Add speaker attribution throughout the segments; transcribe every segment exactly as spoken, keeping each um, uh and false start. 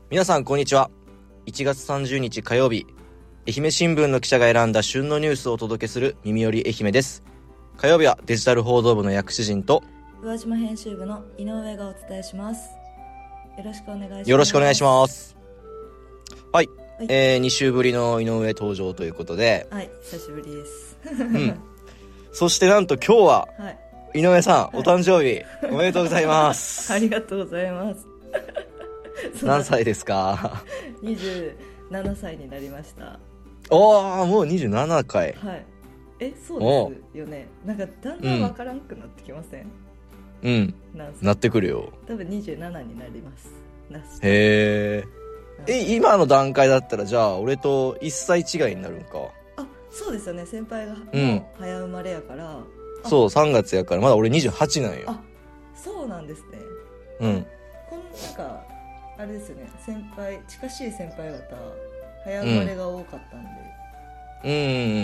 Speaker 1: 皆さんこんにちは。いちがつさんじゅうにち火曜日、愛媛新聞の記者が選んだ旬のニュースをお届けする耳より愛媛です。火曜日はデジタル報道部の薬師陣と
Speaker 2: 宇和島編集部の井上がお伝えします。よろしくお願いします。
Speaker 1: よろしくお願いします。はい、
Speaker 2: はい、
Speaker 1: えー、に週ぶりの井上登場ということで、
Speaker 2: はい、久しぶりです。
Speaker 1: うん、そしてなんと今日は、はい、井上さん、はい、お誕生日おめでとうございます。
Speaker 2: ありがとうございます。
Speaker 1: 何歳ですか？
Speaker 2: にじゅうななさいになりました。
Speaker 1: おー、もうにじゅうななかい。
Speaker 2: はい。え、そうですよね。なんかだんだんわからんくなってきません？
Speaker 1: うん、なってくるよ。
Speaker 2: 多分にじゅうななになります。
Speaker 1: へー。え、今の段階だったらじゃあ俺といっさい違いになるんか。
Speaker 2: あ、そうですよね。先輩がもう早生まれやから、
Speaker 1: うん、そうさんがつやからまだ俺にじゅうはちなんよ。
Speaker 2: あ、そうなんですね。
Speaker 1: うん。
Speaker 2: こんなんかあれですよね、先輩近しい先輩方早生まれが多かったんで、
Speaker 1: うん、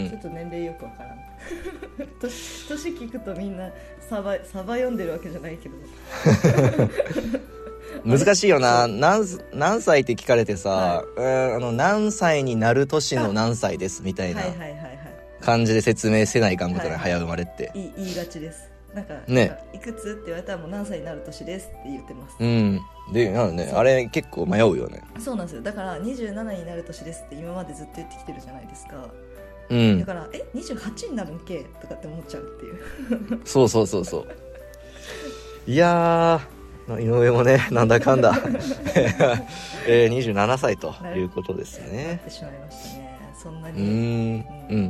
Speaker 2: ちょっと年齢よくわからん年, 年聞くとみんなサバサバ読んでるわけじゃないけど
Speaker 1: 難しいよな。何, 何歳って聞かれてさ、はい、うんあの何歳になる年の何歳ですみたいな感じで説明せないかんことない、早生まれって
Speaker 2: 言い, 言いがちです。なんか、
Speaker 1: ね、
Speaker 2: なんかいくつって言われたらもう何歳になる年ですって言ってます。
Speaker 1: うんでなのね、あれ結構迷うよね。
Speaker 2: そうなんですよ。だからにじゅうななになる年ですって今までずっと言ってきてるじゃないですか。
Speaker 1: うん、
Speaker 2: だからえにじゅうはちになるんけとかって思っちゃうっていう
Speaker 1: そうそうそうそういやー井上もねなんだかんだ、えー、にじゅうななさいということですね。
Speaker 2: なってしまいましたね。そんなに、
Speaker 1: うん、うん、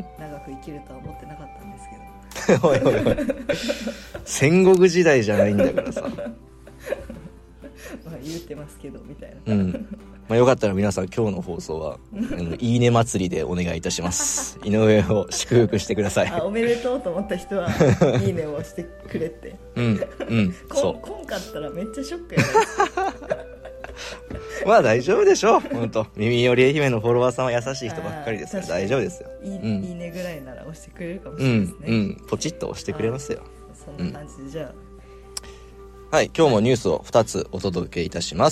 Speaker 2: 長く生きるとは思ってなかったんですけど
Speaker 1: おいおいおい戦国時代じゃないんだからさ
Speaker 2: まあ言ってますけどみたいな、
Speaker 1: うんまあ、よかったら皆さん今日の放送はいいね祭りでお願いいたします井上を祝福してください。
Speaker 2: あ、おめでとうと思った人はいいねをしてくれって
Speaker 1: うんうん
Speaker 2: そうこんかったらめっちゃショックやな
Speaker 1: まあ大丈夫でしょう。本当耳より愛媛のフォロワーさんは優しい人ばっかりですから大丈夫ですよ。
Speaker 2: いい、
Speaker 1: うん、
Speaker 2: いいねぐらいなら押してくれるかもしれないですね。
Speaker 1: うん、うん、ポチッと押してくれますよ。
Speaker 2: そんな感じで、うん、じゃ
Speaker 1: あはい、今日もニュースをふたつお届けいたします、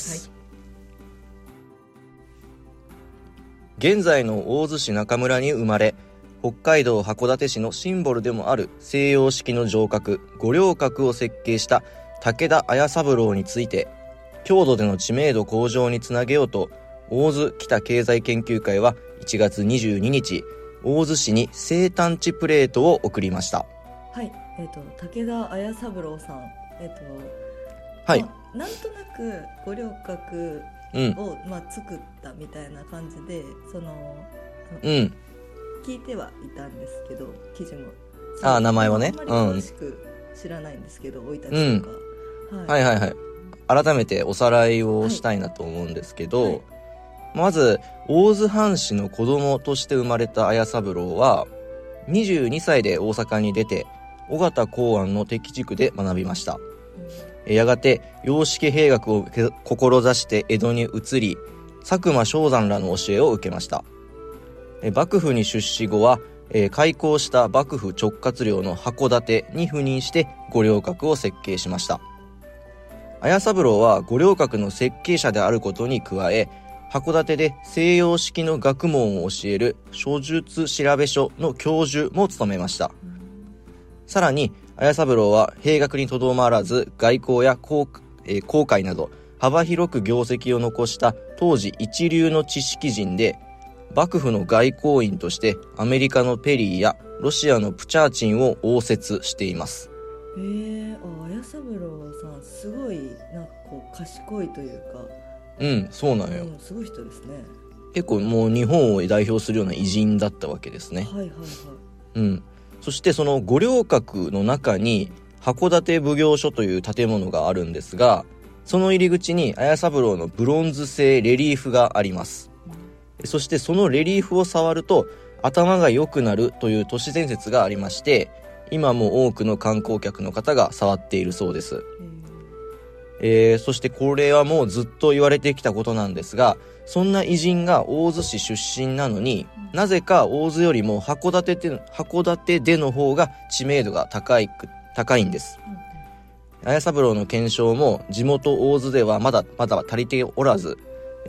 Speaker 1: はい、現在の大洲市中村に生まれ、北海道函館市のシンボルでもある西洋式の城郭五稜郭を設計した武田綾三郎について、郷土での知名度向上につなげようと大洲北経済研究会はいちがつにじゅうににち大洲市に生誕地プレートを贈りました。
Speaker 2: はい、えーと、武田綾三郎さん、えーと
Speaker 1: はい、
Speaker 2: まあ、なんとなく五稜郭を、うんまあ、作ったみたいな感じでその、うん、聞いてはいたんですけど、記事も
Speaker 1: あ名前はね
Speaker 2: あんまり詳しく知らないんですけど、生い立ちとか、
Speaker 1: うんはい、はいはいはい改めておさらいをしたいなと思うんですけど、はいはい、まず大洲藩士の子供として生まれた綾三郎はにじゅうにさいで大阪に出て緒方公安の敵地区で学びました、うん、やがて洋式兵学を志して江戸に移り佐久間象山らの教えを受けました。幕府に出仕後は開港した幕府直轄領の函館に赴任して五稜郭を設計しました。綾三郎は五稜郭の設計者であることに加え、函館で西洋式の学問を教える書術調べ所の教授も務めました。さらに綾三郎は兵学にとどまらず外交や航、えー、航海など幅広く業績を残した当時一流の知識人で、幕府の外交員としてアメリカのペリーやロシアのプチャーチンを応接しています。
Speaker 2: えー、あ綾三郎さんすごいなんかこう賢いというか、
Speaker 1: うんそうなんよ、
Speaker 2: うん、すごい人ですね。
Speaker 1: 結構もう日本を代表するような偉人だったわけですね。
Speaker 2: はいはいはい、
Speaker 1: うん、そしてその五稜郭の中に函館奉行所という建物があるんですが、その入り口に綾三郎のブロンズ製レリーフがあります、うん、そしてそのレリーフを触ると頭が良くなるという都市伝説がありまして、今も多くの観光客の方が触っているそうです、えー、そしてこれはもうずっと言われてきたことなんですが、そんな偉人が大洲市出身なのに、うん、なぜか大洲よりも函館で、函館での方が知名度が高い、高いんです、うん、綾三郎の検証も地元大洲ではまだまだ足りておらず、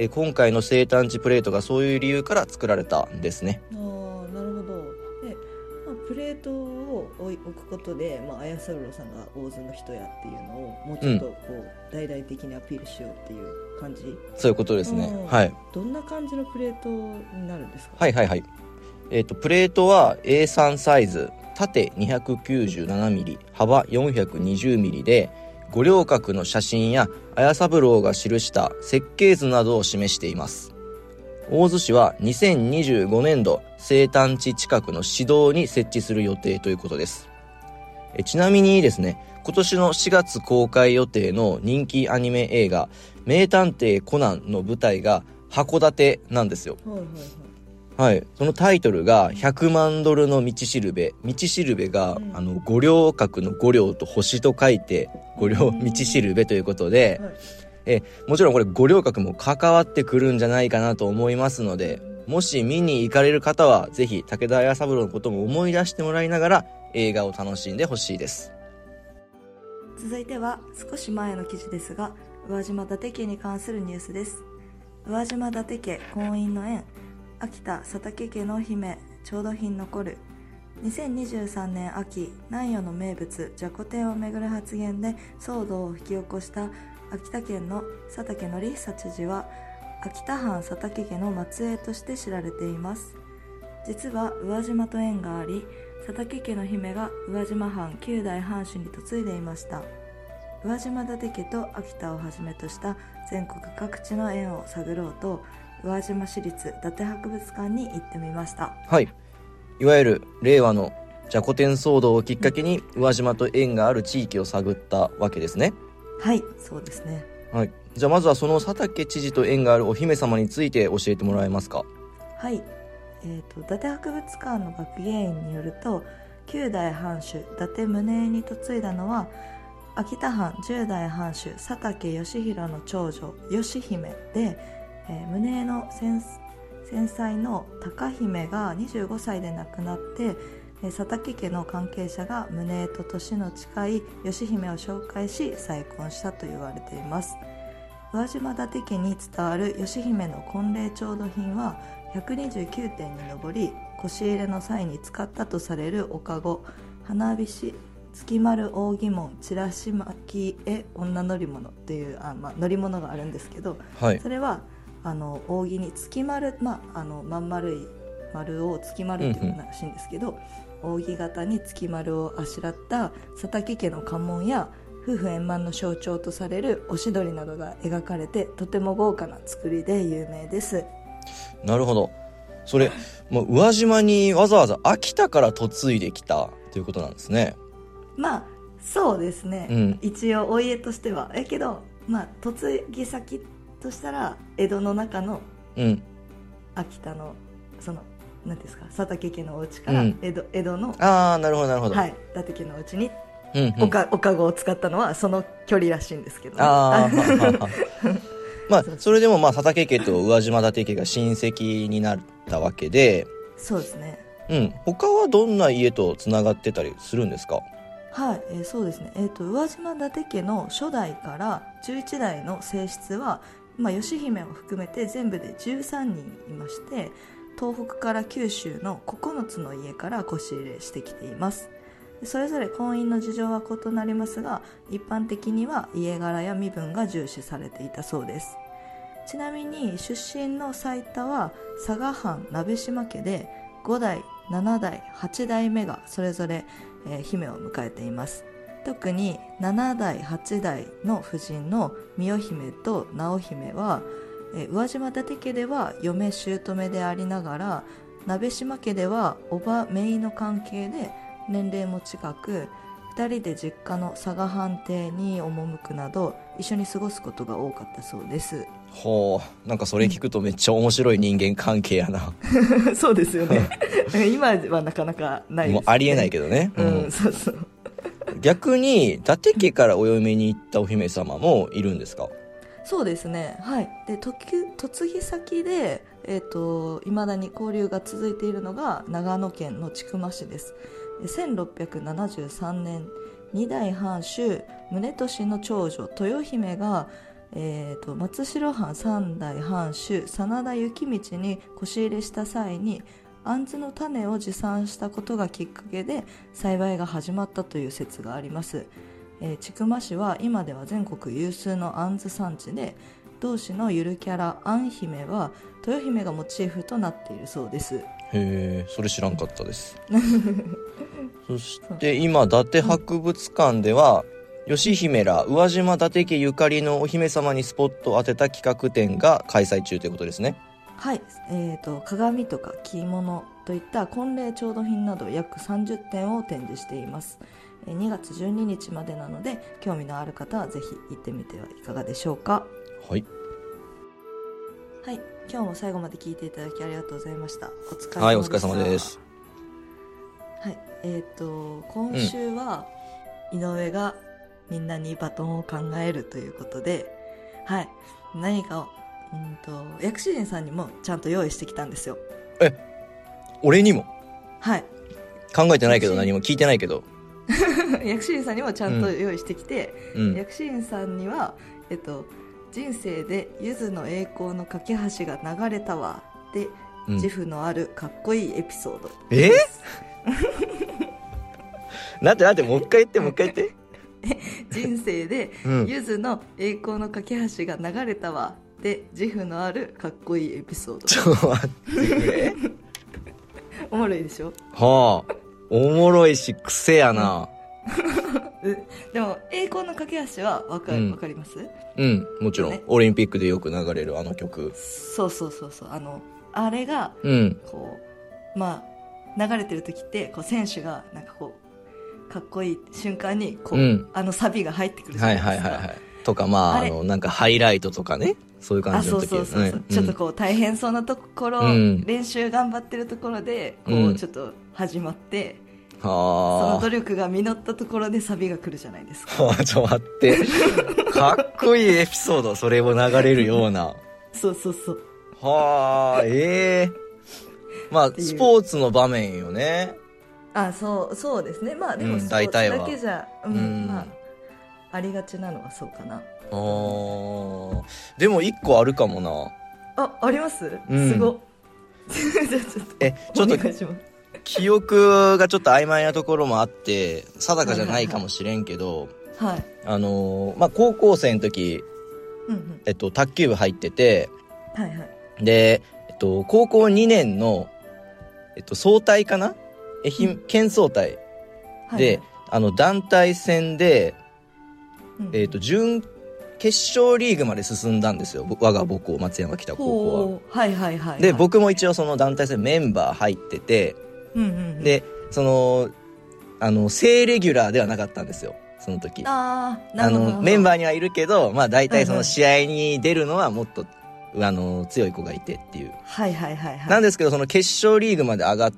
Speaker 1: え今回の生誕地プレートがそういう理由から作られたんですね。
Speaker 2: ああ、なるほど。で、まあ、プレートを置くことで、まあ、綾三郎さんが大津の人やっていうのをもうちょっとこう、うん、大々的にアピールしようっていう感じ。
Speaker 1: そういうことですね。はい。
Speaker 2: どんな感じのプレートになるんですか？
Speaker 1: はいはいはい。えっとプレートは エースリー サイズ、縦 にひゃくきゅうじゅうななミリ、幅 よんひゃくにじゅうミリで、五稜郭の写真や綾三郎が記した設計図などを示しています。大洲市はにせんにじゅうごねんど生誕地近くの市道に設置する予定ということです。えちなみにですね、今年のしがつ公開予定の人気アニメ映画名探偵コナンの舞台が函館なんですよ。はいはいはい。はい、そのタイトルがひゃくまんドルの道しるべ。道しるべが、うん、あの五稜郭の五稜と星と書いて五稜道しるべということで、はい、えもちろんこれ五稜郭も関わってくるんじゃないかなと思いますので、もし見に行かれる方はぜひ武田綾三郎のことも思い出してもらいながら映画を楽しんでほしいです。
Speaker 2: 続いては少し前の記事ですが、宇和島伊達家に関するニュースです。宇和島伊達家婚姻の縁、秋田佐竹家の姫調度品残る。にせんにじゅうさんねん秋、南予の名物じゃこ天をめぐる発言で騒動を引き起こした秋田県の佐竹典久知事は秋田藩佐竹家の末裔として知られています。実は宇和島と縁があり、佐竹家の姫が宇和島藩きゅうだい藩主に嫁いでいました。宇和島伊達家と秋田をはじめとした全国各地の縁を探ろうと、宇和島市立伊達博物館に行ってみました。
Speaker 1: はい、いわゆる令和のじゃこ天騒動をきっかけに宇和島と縁がある地域を探ったわけですね。
Speaker 2: はい、そうですね。
Speaker 1: はい、じゃあまずはその佐竹知事と縁があるお姫様について教えてもらえますか？
Speaker 2: はい、えーと、伊達博物館の学芸員によると、きゅうだい藩主伊達宗江に嫁いだのは秋田藩じゅうだい藩主佐竹義弘の長女義姫で、えー、宗江の先妻の高姫がにじゅうごさいで亡くなって、えー、佐竹家の関係者が宗江と年の近い義姫を紹介し再婚したと言われています。宇和島伊達家に伝わる義姫の婚礼調度品はひゃくにじゅうきゅうてんに上り、輿入れの際に使ったとされるおかご、花火師、月丸扇門、チラシ巻き絵女乗り物というあ、まあ、乗り物があるんですけど、はい、それはあの扇に月丸、まあ、あのまん丸い丸を月丸っていうらしいんですけど、うんうん、扇形に月丸をあしらった佐竹家の家紋や夫婦円満の象徴とされるおしどりなどが描かれて、とても豪華な作りで有名です。
Speaker 1: なるほど。それもう宇和島にわざわざ秋田から嫁いできたということなんですね。
Speaker 2: まあそうですね、うん、一応お家としてはやけど、まあ嫁ぎ先としたら江戸の中の秋田のその何ですか、佐竹家のお家から江戸、うん、江戸の
Speaker 1: ああなるほどなるほど、
Speaker 2: はい、伊達家のお家にうんうん、おか、おかごを使ったのはその距離らしいんですけど、ね、
Speaker 1: あまあそれでもまあ佐竹家と宇和島伊達家が親戚になったわけで、
Speaker 2: そうですね、
Speaker 1: うん、他はどんな家とつながってたりするんですか？
Speaker 2: はい、えー、そうですね、えーと、宇和島伊達家の初代からじゅういちだいの正室は、まあ、義姫を含めて全部でじゅうさんにんいまして、東北から九州のここのつの家から輿入れしてきています。それぞれ婚姻の事情は異なりますが、一般的には家柄や身分が重視されていたそうです。ちなみに出身の最多は佐賀藩鍋島家で、ごだい、ななだい、はちだいめがそれぞれ、えー、姫を迎えています。特にななだい、はちだいの夫人の美代姫と直姫は、えー、宇和島伊達家では嫁姑でありながら、鍋島家では叔母姪の関係で年齢も近く、ふたりで実家の佐賀藩邸に赴くなど一緒に過ごすことが多かったそうです。
Speaker 1: ほう、なんかそれ聞くとめっちゃ面白い人間関係やな
Speaker 2: そうですよね今はなかなかないです、ね、
Speaker 1: もうありえないけどね、
Speaker 2: うんうん、そうそう
Speaker 1: 逆に伊達家からお嫁に行ったお姫様もいるんですか？
Speaker 2: そうですね、はい。で嫁ぎ先で、えーと、未だに交流が続いているのが長野県の千曲市です。せんろっぴゃくななじゅうさんねん、にだい藩主宗俊の長女豊姫がえー、と松代藩三代藩主真田幸道に腰入れした際に杏子の種を持参したことがきっかけで栽培が始まったという説があります。えー、千曲市は今では全国有数の杏子産地で、同市のゆるキャラ杏姫は豊姫がモチーフとなっているそうです。
Speaker 1: へえ、それ知らんかったですそして今伊達博物館では、うん、義姫ら宇和島伊達家ゆかりのお姫様にスポットを当てた企画展が開催中ということですね。
Speaker 2: はい、えー、と鏡とか着物といった婚礼調度品など約さんじゅってんを展示しています。にがつじゅうににちまでなので、興味のある方はぜひ行ってみてはいかがでしょうか。
Speaker 1: はい、
Speaker 2: はい、今日も最後まで聞いていただきありがとうございました。お疲れ様でした。
Speaker 1: はい、お疲れ様です。
Speaker 2: はい、えー、と今週は井上がみんなにバトンを考えるということで、はい、何かをうんと薬師陣さんにもちゃんと用意してきたんですよ。
Speaker 1: え、俺にも？
Speaker 2: はい、
Speaker 1: 考えてないけど、何も聞いてないけど
Speaker 2: 薬師陣さんにもちゃんと用意してきて、
Speaker 1: うん、
Speaker 2: 薬師陣さんには、えっと、人生でゆずの栄光の架け橋が流れたわで、うん、自負のあるかっこいいエピソード
Speaker 1: です。えなんてなんてもう一回言ってもう一回言って
Speaker 2: 人生でゆずの栄光の架け橋が流れたわで、自負のあるかっこいいエピソード。
Speaker 1: ちょっと待って
Speaker 2: おもろいでしょ。
Speaker 1: はあ、おもろいし癖やな、
Speaker 2: うん、でも栄光の架け橋は分か、うん、分かります？
Speaker 1: うん、もちろん、ね、オリンピックでよく流れるあの曲。
Speaker 2: そうそうそうそう、あのあれが、
Speaker 1: うん、
Speaker 2: こうまあ流れてる時ってこう選手がなんかこうかっこいい瞬間にこう、うん、あのサビが入ってくるじゃないですか。はいはいはいはい。
Speaker 1: とかまあ、あのなんかハイライトとかね、そういう感じの時。あ、そうそうそうそう、
Speaker 2: ね、ちょっとこう大変そうなところ、うん、練習頑張ってるところでこう、うん、ちょっと始まって、その努力が実ったところでサビが来るじゃないですか。
Speaker 1: ちょっと待ってかっこいいエピソード、それを流れるような
Speaker 2: そうそうそう。
Speaker 1: はあ、ええー、まあスポーツの場面よね。
Speaker 2: あ、そうそうですね。まあでもスポーツだけじゃ、うんうん、まあありがちなのはそうかな。あ
Speaker 1: でも一個あるかも
Speaker 2: な。あ、あります？うん、すご
Speaker 1: え、ちょっと記憶がちょっと曖昧なところもあって定かじゃないかもしれんけど、
Speaker 2: はいはいはい、
Speaker 1: あのー、まあ高校生の時、うんうん、えっと卓球部入ってて、
Speaker 2: はいはい、
Speaker 1: で、えっと、高校にねんの、えっと、総体かな、愛媛、うん、県総体で、はいはい、あの団体戦で、うん、えっと準決勝リーグまで進んだんですよ、我が母校松山北高校
Speaker 2: は。はいはいはいはい、
Speaker 1: で僕も一応その団体戦メンバー入ってて、
Speaker 2: うんうんうん、
Speaker 1: でそのあの正レギュラーではなかったんですよその時。
Speaker 2: あ
Speaker 1: あのメンバーにはいるけど、まあ大体その試合に出るのはもっと、うんうん、あの強い子がいてっていう、
Speaker 2: はいはいはいはい、
Speaker 1: なんですけど、その決勝リーグまで上がって、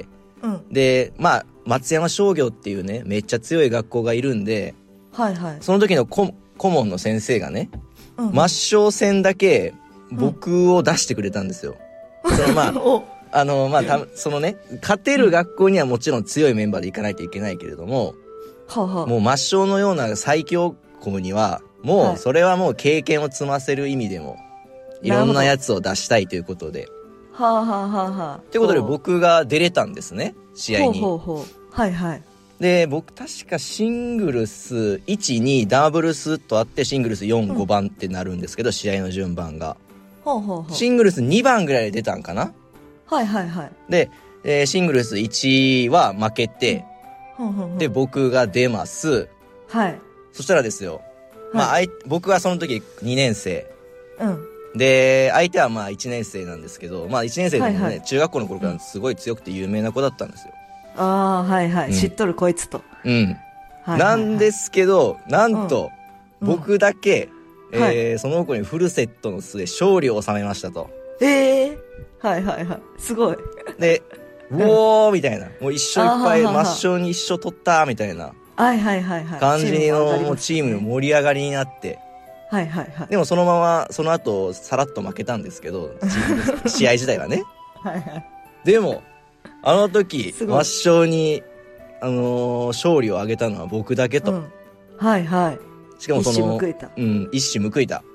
Speaker 1: うん、でまあ松山商業っていうねめっちゃ強い学校がいるんで、
Speaker 2: はいはい、
Speaker 1: その時の顧問の先生がね、うん、抹消戦だけ僕を出してくれたんですよ、うん、そのまああのまあたそのね勝てる学校にはもちろん強いメンバーで行かないといけないけれども、
Speaker 2: はあはあ、
Speaker 1: もう抹消のような最強校にはもうそれはもう経験を積ませる意味でも、はい、いろんなやつを出したいということで、
Speaker 2: はあはあはあはあ、
Speaker 1: ということで僕が出れたんですね試合に。
Speaker 2: ほうほうほう、はいはい。
Speaker 1: で僕確かシングルスいち、にダブルスとあってシングルスよん、うん、ごばんってなるんですけど、試合の順番が
Speaker 2: ほうほうほう、
Speaker 1: シングルスにばんぐらいで出たんかな。
Speaker 2: はいはいはい。
Speaker 1: で、えー、シングルスいちは負けて、
Speaker 2: うん、ほうほうほう、
Speaker 1: で僕が出ます。
Speaker 2: はい。
Speaker 1: そしたらですよ、はい、まああい僕はその時にねん生、
Speaker 2: うん、
Speaker 1: で相手はまあいちねん生なんですけど、まあいちねん生でもね、はいはい、中学校の頃からすごい強くて有名な子だったんですよ。
Speaker 2: ああはいはい、うん、知っとるこいつと、
Speaker 1: うん、はいはいはい、なんですけどなんと、うん、僕だけ、うん、えーはい、その子にフルセットの末勝利を収めましたと。
Speaker 2: ええー、はいはいはい、すごい。
Speaker 1: でうおーみたいな、もう一勝いっぱい抹消に一勝取ったみたいな
Speaker 2: はいはいはいはい
Speaker 1: 感じのもうチームの盛り上がりになって、
Speaker 2: はいはいはい、
Speaker 1: でもそのままその後さらっと負けたんですけど試合自体はね
Speaker 2: はいはい、
Speaker 1: でもあの時抹消に、あのー、勝利を挙げたのは僕だけと、うん、
Speaker 2: はいはい、
Speaker 1: しかもその
Speaker 2: 一矢報いた、
Speaker 1: うん、一矢報いた、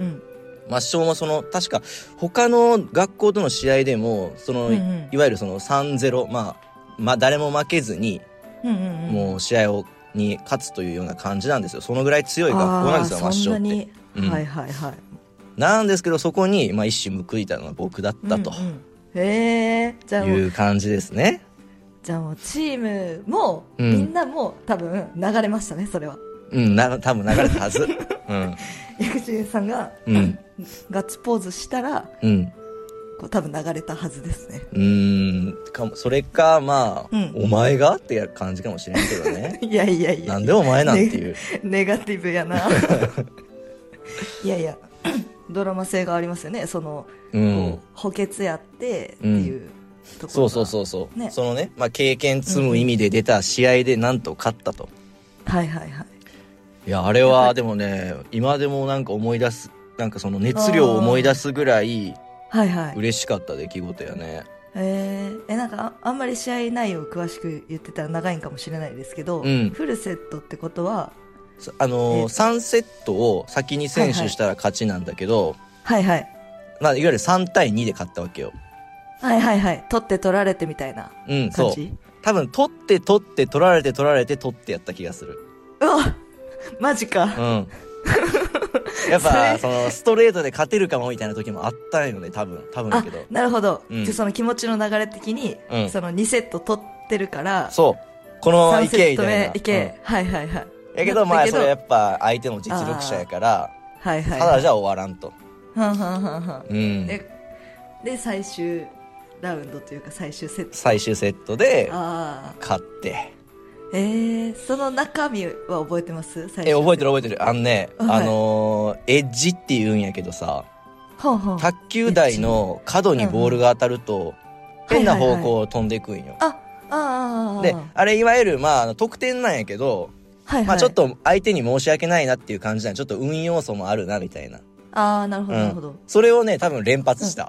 Speaker 2: うん
Speaker 1: 抹消もその確か他の学校との試合でもその、
Speaker 2: うんうん、
Speaker 1: いわゆるその さんたいゼロ、まあ、まあ誰も負けずに、
Speaker 2: うんうんうん、
Speaker 1: もう試合をに勝つというような感じなんですよ。そのぐらい強い学校なんですよ、抹消って。
Speaker 2: そんなに、
Speaker 1: うん、
Speaker 2: はいはいはい。
Speaker 1: なんですけどそこに、まあ、一矢報いたのは僕だったと、
Speaker 2: うんうん、へえ、じゃあもう
Speaker 1: いう感じですね。
Speaker 2: じゃあもうチームも、うん、みんなも多分流れましたね、それは。
Speaker 1: うんな多分流れたはず。うん、
Speaker 2: 薬師さんが、
Speaker 1: うん、
Speaker 2: ガッツポーズしたら、
Speaker 1: うん、
Speaker 2: こう多分流れたはずですね。
Speaker 1: うーんかもそれかまあ、うん、お前がっていう感じかもしれんけどね。
Speaker 2: いやいやいや、
Speaker 1: なんでお前なんていう、
Speaker 2: ネ、ネガティブやな。いやいや、ドラマ性がありますよね。その、うん、こう補欠やってっていう、うん、ところが
Speaker 1: そうそうそうそう、ね、そのね、まあ、経験積む意味で出た試合でなんと勝ったと、
Speaker 2: うん、はいはいはい。
Speaker 1: いやあれはでもね今でもなんか思い出す、なんかその熱量を思い出すぐらい
Speaker 2: はいはい
Speaker 1: 嬉しかった出来事やね。
Speaker 2: えー、えなんか あ, あんまり試合内容を詳しく言ってたら長いんかもしれないですけど、うん、フルセットってことは
Speaker 1: あのー、さんセットを先に先取したら勝ちなんだけど、
Speaker 2: はいはい、
Speaker 1: まあ、いわゆるさんたいにで勝ったわけよ。
Speaker 2: はいはいはい、取って取られてみたいな感じ、うん、そう
Speaker 1: 多分取って取って取られて取られて取ってやった気がする。
Speaker 2: うわマジか。
Speaker 1: うんやっぱそのストレートで勝てるかもみたいな時もあったよね、多分多分だけど。
Speaker 2: なるほど、うん、じゃその気持ちの流れ的に、うん、そのにセット取ってるから
Speaker 1: そうこのままいけみたいな。さんセット
Speaker 2: 目いけ、うん、はいはいはい。
Speaker 1: やけどまあそれやっぱ相手も実力者やから、はいはい、ただじゃ終わらんと。
Speaker 2: はんはんはんはん、うん、で, で最終ラウンドというか最終セット
Speaker 1: 最終セットで勝って、
Speaker 2: えー、その中身は覚えてます？最初
Speaker 1: え覚えてる覚えてる。あのね、はい、あのー、エッジって言うんやけどさ、はんはん、卓球台の角にボールが当たると変な方向を飛んでいくんよ。
Speaker 2: ああ
Speaker 1: であれいわゆるまあ得点なんやけど、はいはい、まあ、ちょっと相手に申し訳ないなっていう感じでちょっと運要素もあるなみたいな。
Speaker 2: ああなるほどなるほど、うん、
Speaker 1: それをね多分連発した、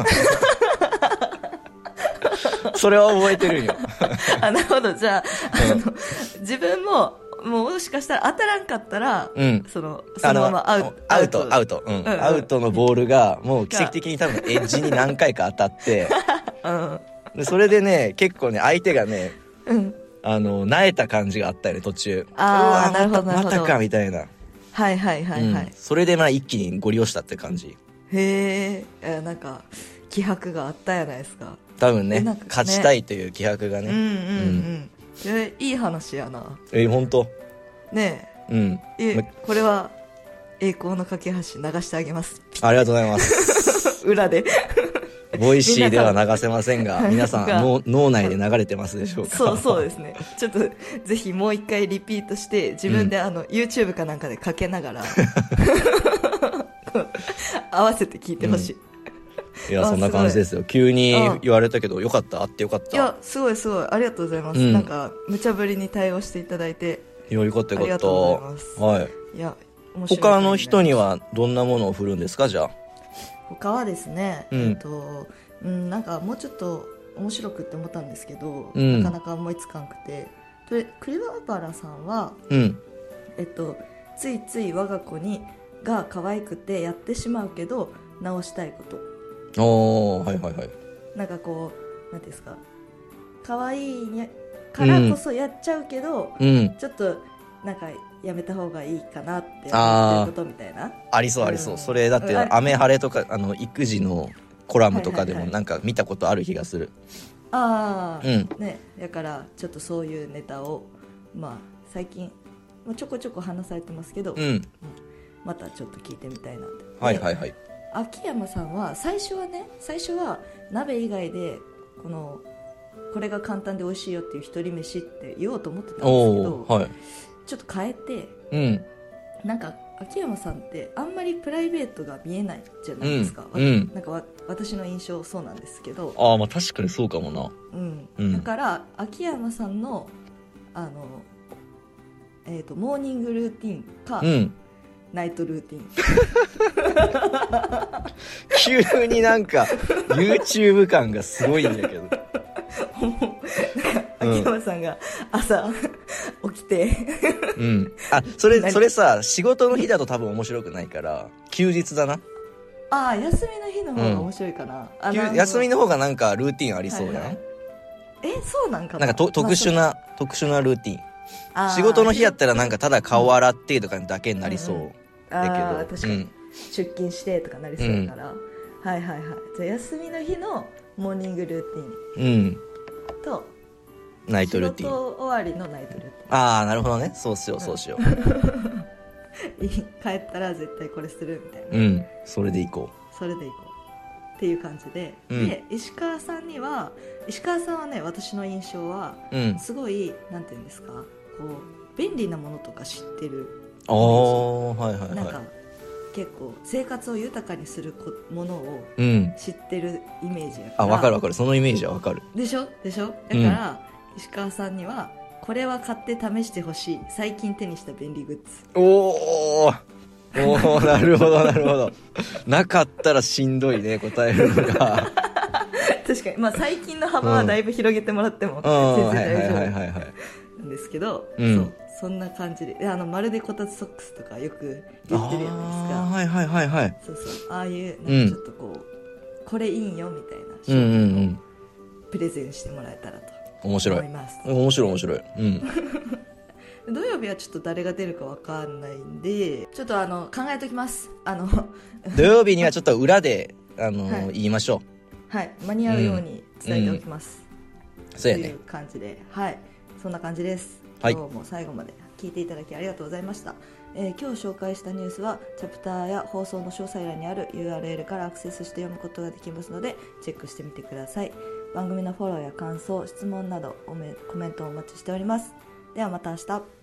Speaker 1: うん、それは覚えてるんよ。
Speaker 2: あなるほど。じゃあ、うん、あの自分ももしかしたら当たらんかったら、うん、そのそのままアウト
Speaker 1: アウトアウト、うんうん、アウトのボールがもう奇跡的に多分エッジに何回か当たって、うん、でそれでね結構ね相手がね、うん、あの萎えた感じがあったよね途中。
Speaker 2: ああなるほどなるほど。
Speaker 1: またかみたいな。
Speaker 2: はいはいはいはい、うん、
Speaker 1: それでまあ一気にゴリ押したって感じ。
Speaker 2: へえ、なんか気迫があったやないですか
Speaker 1: 多分 ね, ね勝ちたいという気迫がね。うんうんうん、
Speaker 2: うんえいい話やな。
Speaker 1: え本当
Speaker 2: ねえ、うん、えこれは栄光の架け橋流してあげます。
Speaker 1: ありがとうございます
Speaker 2: 裏で
Speaker 1: ボイシーでは流せませんが皆さんの脳内で流れてますでしょうか。
Speaker 2: そうそうですね。ちょっとぜひもう一回リピートして自分であの、うん、YouTube かなんかでかけながら合わせて聞いてほしい、
Speaker 1: うん、いやそんな感じですよ。急に言われたけどよかった。あってよかった。
Speaker 2: いやすごいすごいありがとうございます、うん、なんか無茶ぶりに対応していただいて
Speaker 1: よかったよかった。あり
Speaker 2: がとうございます。
Speaker 1: はい。
Speaker 2: いや
Speaker 1: 面白い。他の人にはどんなものを振るんですか？じゃあ
Speaker 2: 他はですね、うん、えっと、うん、なんかもうちょっと面白くって思ったんですけど、うん、なかなか思いつかんくて、で栗原さんは、うん、えっとついつい我が子にが可愛くてやってしまうけど直したいこと。
Speaker 1: おーはいはいはい。
Speaker 2: なんかこうなんですか、可愛いからこそやっちゃうけど、うん、ちょっとなんかやめた方がいいかなって思ってることみたいな。
Speaker 1: あ, ありそうありそう、うん、それだって雨晴れとかあの育児のコラムとかでもなんか見たことある気がする、
Speaker 2: はいはいはい、ああ、うん、ね、だからちょっとそういうネタをまあ最近ちょこちょこ話されてますけど、うん、またちょっと聞いてみたいなって。
Speaker 1: はいはいはい。
Speaker 2: 秋山さんは最初はね最初は鍋以外でこのこれが簡単で美味しいよっていう一人飯って言おうと思ってたんですけど、はい、ちょっと変えて、うん、なんか秋山さんってあんまりプライベートが見えないじゃないですか、うんうん、なんかわ私の印象そうなんですけど、
Speaker 1: ああまあ確かにそうかもな、
Speaker 2: うんうん、だから秋山さんのあの、えーと、モーニングルーティンか、うん、ナイトルーティン
Speaker 1: 急になんか YouTube 感がすごいんだけど
Speaker 2: 秋秋山さんが朝起きて
Speaker 1: うんあそれそれさ仕事の日だと多分面白くないから休日だな。
Speaker 2: ああ休みの日の方が面白いかな、あ
Speaker 1: 休休みの方がなんかルーティンありそうじゃない、
Speaker 2: はいはい、えそうなんかな。
Speaker 1: なんかと特殊な、まあ、特殊なルーティン。
Speaker 2: あ
Speaker 1: 仕事の日やったらなんかただ顔洗ってとかだけになりそう、うんうん、
Speaker 2: だけど
Speaker 1: あ
Speaker 2: 確かに、うん、出勤してとかなりそうだから、うん、はいはいはい。じゃあ休みの日のモーニングルーティン、うん、と
Speaker 1: ナイトルーティン、
Speaker 2: 仕事終わりのナイトルーティン。
Speaker 1: ああなるほどね、そうしようそうしよう
Speaker 2: 帰ったら絶対これするみたいな、
Speaker 1: うんそれでいこ
Speaker 2: うそれでいこうっていう感じで、うん、で石川さんには石川さんはね私の印象は、うん、すごいなんていうんですか、こう便利なものとか知ってる。
Speaker 1: ああはいはいはい。
Speaker 2: なんか結構生活を豊かにするものを知ってるイメージやから、
Speaker 1: うん、あ分かる分かる、そのイメージは分かる
Speaker 2: でしょでしょ。だから、うん、石川さんにはこれは買って試してほしい最近手にした便利グッズ。
Speaker 1: おーおーなるほどなるほどなかったらしんどいね答えるのが
Speaker 2: 確かに、まあ、最近の幅はだいぶ広げてもらっても全然大丈夫なんですけど、うん、そうそんな感じで、あのまるでこたつソックスとかよく言ってるじゃないですか。
Speaker 1: はいはいはいはい。
Speaker 2: そうそう、ああいうなんかちょっとこう、うん、これいいよみたいな商品をプレゼンしてもらえたらと思います。
Speaker 1: 面白い面白い、うん、
Speaker 2: 土曜日はちょっと誰が出るかわかんないんでちょっとあの考えておきます。あの
Speaker 1: 土曜日にはちょっと裏であの、はい、言いましょう。
Speaker 2: はい間に合うように伝えておきます、
Speaker 1: うんうん、そうやね。
Speaker 2: という感じで、はいそんな感じです。今日も最後まで聞いていただきありがとうございました。えー、今日紹介したニュースはチャプターや放送の詳細欄にある ユーアールエル からアクセスして読むことができますのでチェックしてみてください。番組のフォローや感想、質問などコメントをお待ちしております。ではまた明日。